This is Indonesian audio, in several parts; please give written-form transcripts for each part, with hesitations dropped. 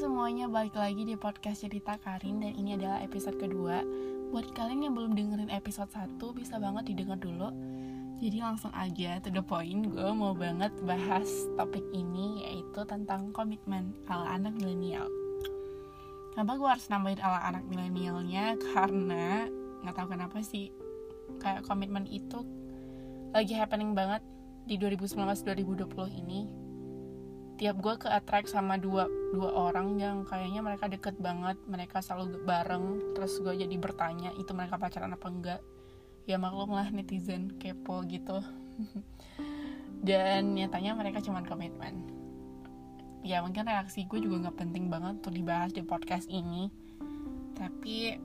semuanya, balik lagi di podcast Cerita Karin. Dan ini adalah episode kedua. Buat kalian yang belum dengerin episode 1, bisa banget didengar dulu. Jadi langsung aja to the point. Gue mau banget bahas topik ini, yaitu tentang komitmen ala anak milenial. Kenapa gue harus nambahin ala anak milenialnya? Karena gak tahu kenapa sih, kayak komitmen itu lagi happening banget di 2019-2020 ini. Tiap gue ke-attract sama dua orang yang kayaknya mereka deket banget, mereka selalu bareng. Terus gue jadi bertanya, itu mereka pacaran apa enggak? Ya maklum lah, netizen kepo gitu. Dan nyatanya mereka cuma komitmen. Ya mungkin reaksi gue juga gak penting banget untuk dibahas di podcast ini. Tapi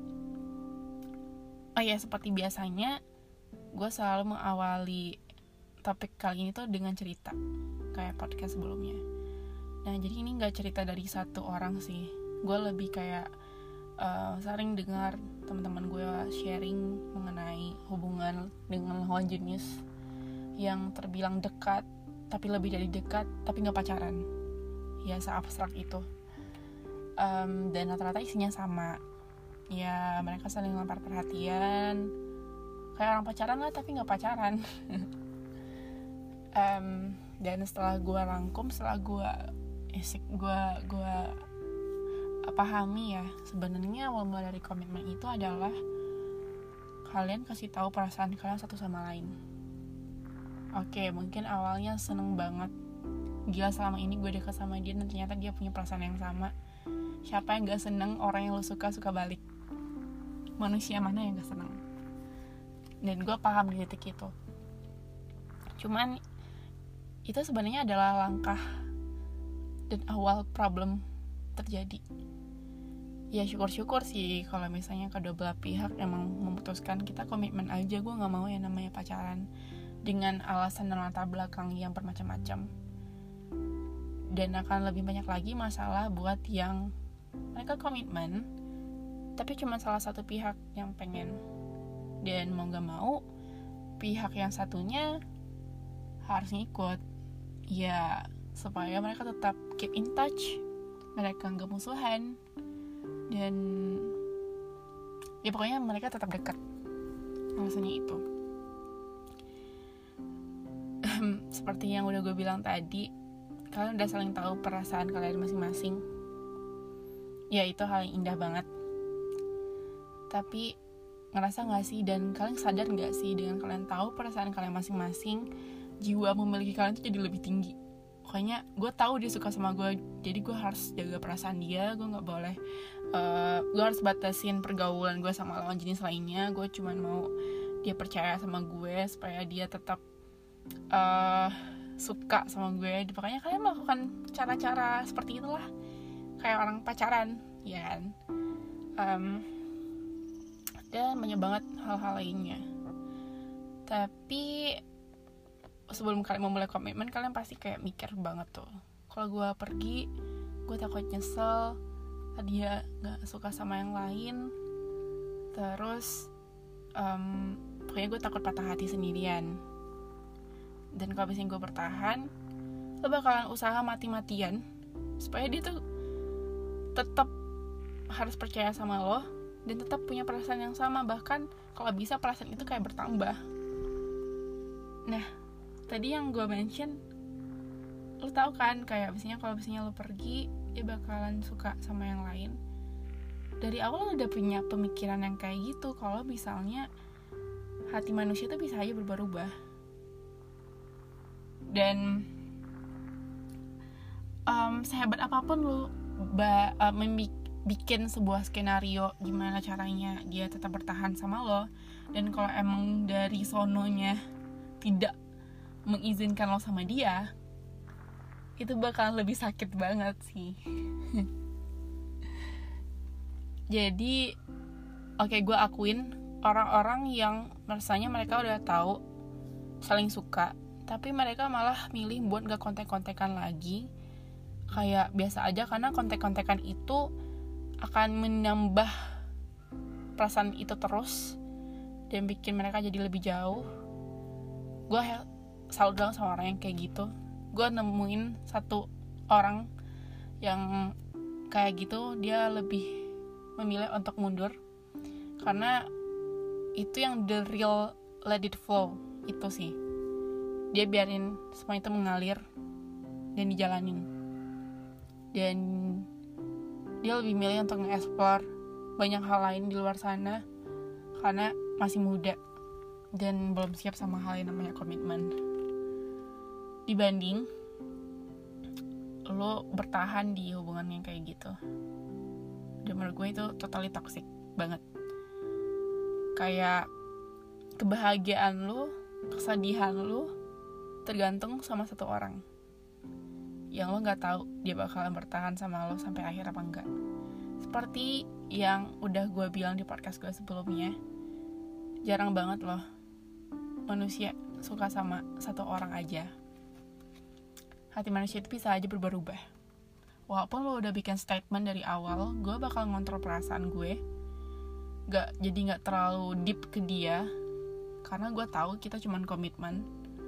seperti biasanya, gue selalu mengawali topik kali ini tuh dengan cerita, kayak podcast sebelumnya. Nah, jadi ini gak cerita dari satu orang sih. Gue lebih kayak sering dengar teman-teman gue sharing mengenai hubungan dengan lawan jenis yang terbilang dekat, tapi lebih dari dekat, tapi gak pacaran. Ya, se-abstrak itu. Dan rata-rata isinya sama. Ya, mereka saling lempar perhatian, kayak orang pacaran lah, tapi gak pacaran. Dan setelah gue rangkum, setelah gue pahami ya, sebenarnya awal mula dari komitmen itu adalah kalian kasih tahu perasaan kalian satu sama lain. Oke, mungkin awalnya seneng banget, gila selama ini gue dekat sama dia dan ternyata dia punya perasaan yang sama. Siapa yang gak seneng orang yang lo suka balik? Manusia mana yang gak seneng? Dan gue paham di titik itu. Cuman itu sebenarnya adalah langkah dan awal problem terjadi. Ya syukur-syukur sih kalau misalnya kedua belah pihak emang memutuskan kita komitmen aja, gue gak mau yang namanya pacaran, dengan alasan dan latar belakang yang bermacam-macam. Dan akan lebih banyak lagi masalah buat yang mereka komitmen tapi cuma salah satu pihak yang pengen, dan mau gak mau pihak yang satunya harus ngikut. Ya, supaya mereka tetap keep in touch, mereka gak musuhan, dan ya pokoknya mereka tetap dekat. Alasannya itu seperti yang udah gue bilang tadi, kalian udah saling tahu perasaan kalian masing-masing. Ya, itu hal yang indah banget. Tapi ngerasa gak sih, dan kalian sadar gak sih, dengan kalian tahu perasaan kalian masing-masing, jiwa memiliki kalian tuh jadi lebih tinggi. Pokoknya gue tahu dia suka sama gue, jadi gue harus jaga perasaan dia. Gue gak boleh gue harus batasin pergaulan gue sama lawan jenis lainnya. Gue cuma mau dia percaya sama gue, supaya dia tetap suka sama gue. Pokoknya kalian melakukan cara-cara seperti itulah, kayak orang pacaran, ya kan? Dan banyak banget hal-hal lainnya. Tapi sebelum kalian memulai komitmen, kalian pasti kayak mikir banget tuh, kalau gue pergi, gue takut nyesel, dia gak suka sama yang lain, terus pokoknya gue takut patah hati sendirian. Dan kalau misalnya gue bertahan, lo bakalan usaha mati-matian supaya dia tuh tetap harus percaya sama lo dan tetap punya perasaan yang sama, bahkan kalau bisa perasaan itu kayak bertambah. Nah, tadi yang gue mention, lo tau kan, kayak misalnya kalau misalnya lo pergi, dia bakalan suka sama yang lain. Dari awal lo udah punya pemikiran yang kayak gitu, kalau misalnya hati manusia tuh bisa aja berubah-ubah. Dan sehebat apapun lo bikin sebuah skenario gimana caranya dia tetap bertahan sama lo, dan kalau emang dari sononya tidak mengizinkan lo sama dia, itu bakalan lebih sakit banget sih. Jadi gue akuin orang-orang yang rasanya mereka udah tahu saling suka, tapi mereka malah milih buat gak kontek-kontekan lagi, kayak biasa aja, karena kontek-kontekan itu akan menambah perasaan itu terus dan bikin mereka jadi lebih jauh. Gue salut banget sama orang yang kayak gitu. Gue nemuin satu orang yang kayak gitu dia lebih memilih untuk mundur, karena itu yang the real let it flow itu sih. Dia biarin semua itu mengalir dan dijalanin, dan dia lebih milih untuk nge-explore banyak hal lain di luar sana karena masih muda dan belum siap sama hal yang namanya komitmen, dibanding lo bertahan di hubungan yang kayak gitu. Dan menurut gue itu totally toxic banget. Kayak kebahagiaan lo, kesedihan lo tergantung sama satu orang yang lo gak tahu dia bakalan bertahan sama lo sampai akhir apa enggak. Seperti yang udah gue bilang di podcast gue sebelumnya, jarang banget loh manusia suka sama satu orang aja. Hati manusia itu bisa aja berubah-ubah. Walaupun lo udah bikin statement dari awal, gue bakal ngontrol perasaan gue, jadi gak terlalu deep ke dia, karena gue tahu kita cuman komitmen,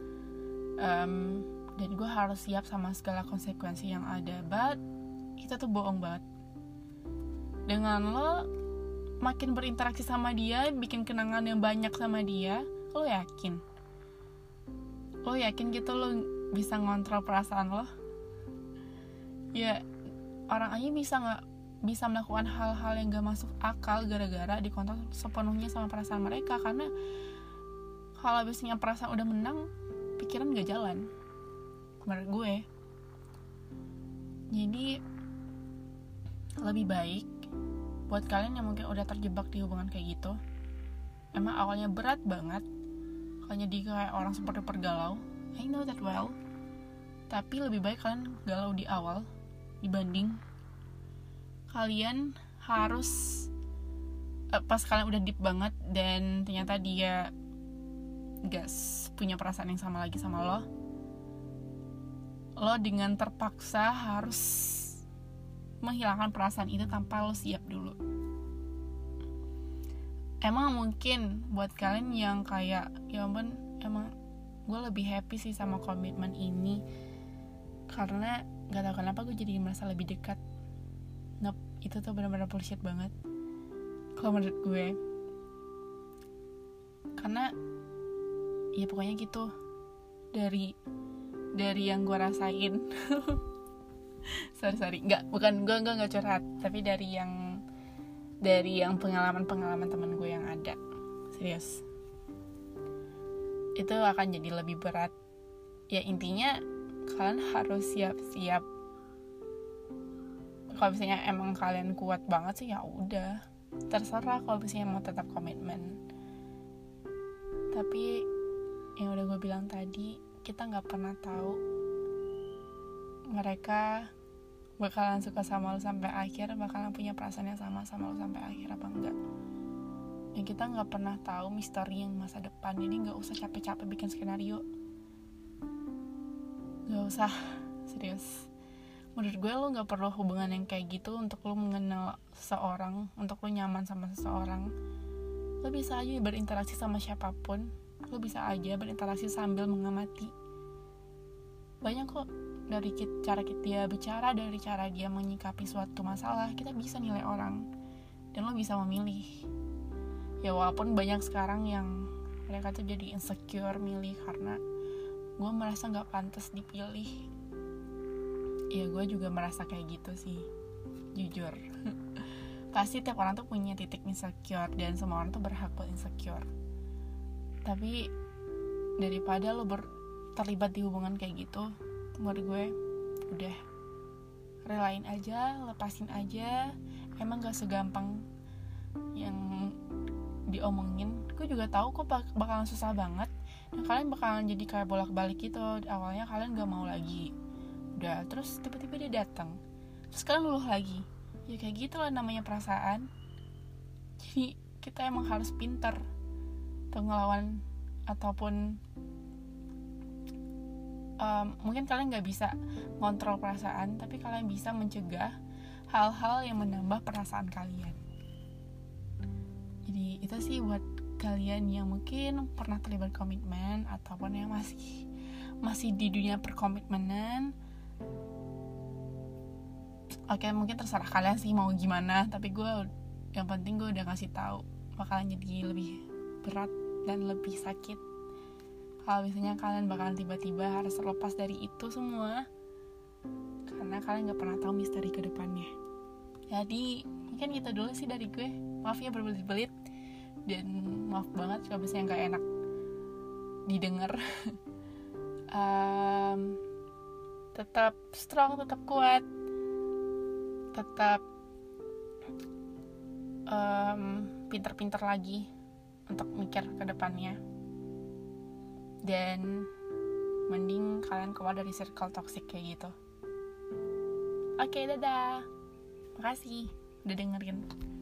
dan gue harus siap sama segala konsekuensi yang ada. But itu tuh bohong banget. Dengan lo makin berinteraksi sama dia, bikin kenangan yang banyak sama dia, lo yakin gitu lo bisa ngontrol perasaan lo? Ya, orang aja bisa melakukan hal-hal yang gak masuk akal gara-gara dikontrol sepenuhnya sama perasaan mereka. Karena kalau biasanya perasaan udah menang, pikiran gak jalan, menurut gue. Jadi lebih baik buat kalian yang mungkin udah terjebak di hubungan kayak gitu, emang awalnya berat banget, kalau jadi kayak orang seperti pergalau, I know that well. Tapi lebih baik kalian galau di awal dibanding kalian harus pas kalian udah deep banget dan ternyata dia gak punya perasaan yang sama lagi sama lo dengan terpaksa harus menghilangkan perasaan itu tanpa lo siap dulu. Emang mungkin buat kalian yang kayak, ya ampun, emang gue lebih happy sih sama komitmen ini karena gak tahu kenapa gue jadi merasa lebih dekat. Nope, itu tuh benar-benar bullshit banget kalau menurut gue. Karena ya pokoknya gitu, dari yang gue rasain. sorry bukan gue nggak curhat, tapi dari yang pengalaman teman gue yang ada, serius, itu akan jadi lebih berat. Ya intinya kalian harus siap-siap. Kalau misalnya emang kalian kuat banget sih, ya udah terserah kalau misalnya mau tetap komitmen. Tapi yang udah gue bilang tadi, kita nggak pernah tahu mereka bakalan suka sama lo sampai akhir, bakalan punya perasaan yang sama lo sampai akhir apa enggak. Dan kita nggak pernah tahu misteri yang masa depan. Jadi nggak usah capek-capek bikin skenario, nggak usah, serius. Menurut gue lo nggak perlu hubungan yang kayak gitu untuk lo mengenal seseorang, untuk lo nyaman sama seseorang. Lo bisa aja berinteraksi sama siapapun, lo bisa aja berinteraksi sambil mengamati. Banyak kok dari cara dia bicara, dari cara dia menyikapi suatu masalah, kita bisa nilai orang dan lo bisa memilih. Ya walaupun banyak sekarang yang mereka tuh jadi insecure milih karena gue merasa nggak pantas dipilih. Ya gue juga merasa kayak gitu sih, jujur. Pasti tiap orang tuh punya titik insecure dan semua orang tuh berhak buat insecure. Tapi daripada lo terlibat di hubungan kayak gitu, menurut gue udah relain aja, lepasin aja. Emang gak segampang yang diomongin. Gue juga tahu kok bakalan susah banget, dan kalian bakalan jadi kayak bolak-balik gitu. Awalnya kalian gak mau lagi, udah, terus tiba-tiba dia datang, terus kalian luluh lagi. Ya kayak gitu lah namanya perasaan. Jadi kita emang harus pintar untuk ngelawan, ataupun mungkin kalian gak bisa ngontrol perasaan, tapi kalian bisa mencegah hal-hal yang menambah perasaan kalian. Jadi itu sih buat kalian yang mungkin pernah terlibat komitmen, ataupun yang masih di dunia perkomitmenan. Oke, mungkin terserah kalian sih mau gimana, tapi yang penting gue udah ngasih tahu bakalan jadi lebih berat dan lebih sakit kalau misalnya kalian bakalan tiba-tiba harus terlepas dari itu semua, karena kalian gak pernah tahu misteri ke depannya. Jadi mungkin gitu dulu sih dari gue. Maaf ya berbelit-belit, dan maaf banget kalau misalnya gak enak didengar. Tetap strong, tetap kuat, tetap pinter-pinter lagi untuk mikir ke depannya, dan mending kalian keluar dari circle toxic kayak gitu. Oke, dadah. Makasih udah dengerin.